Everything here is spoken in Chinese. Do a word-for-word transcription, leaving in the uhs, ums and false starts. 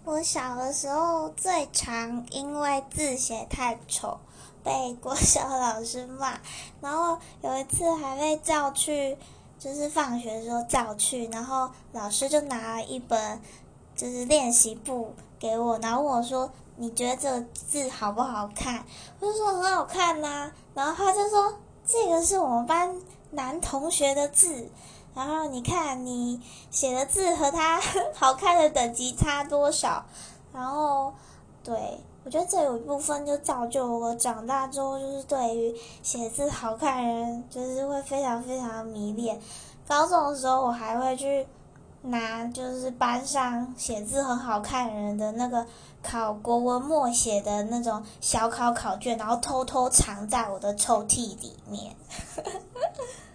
我小的时候最常因为字写太丑被国小老师骂，然后有一次还被叫去，就是放学的时候叫去，然后老师就拿了一本就是练习簿给我，然后问我说你觉得这个字好不好看？我就说很好看啊，然后他就说这个是我们班男同学的字，然后你看你写的字和他好看的等级差多少，然后对，我觉得这有一部分就造就我长大之后就是对于写字好看的人就是会非常非常迷恋。高中的时候我还会去拿就是班上写字很好看的人的那个考国文默写的那种小考考卷，然后偷偷藏在我的抽屉里面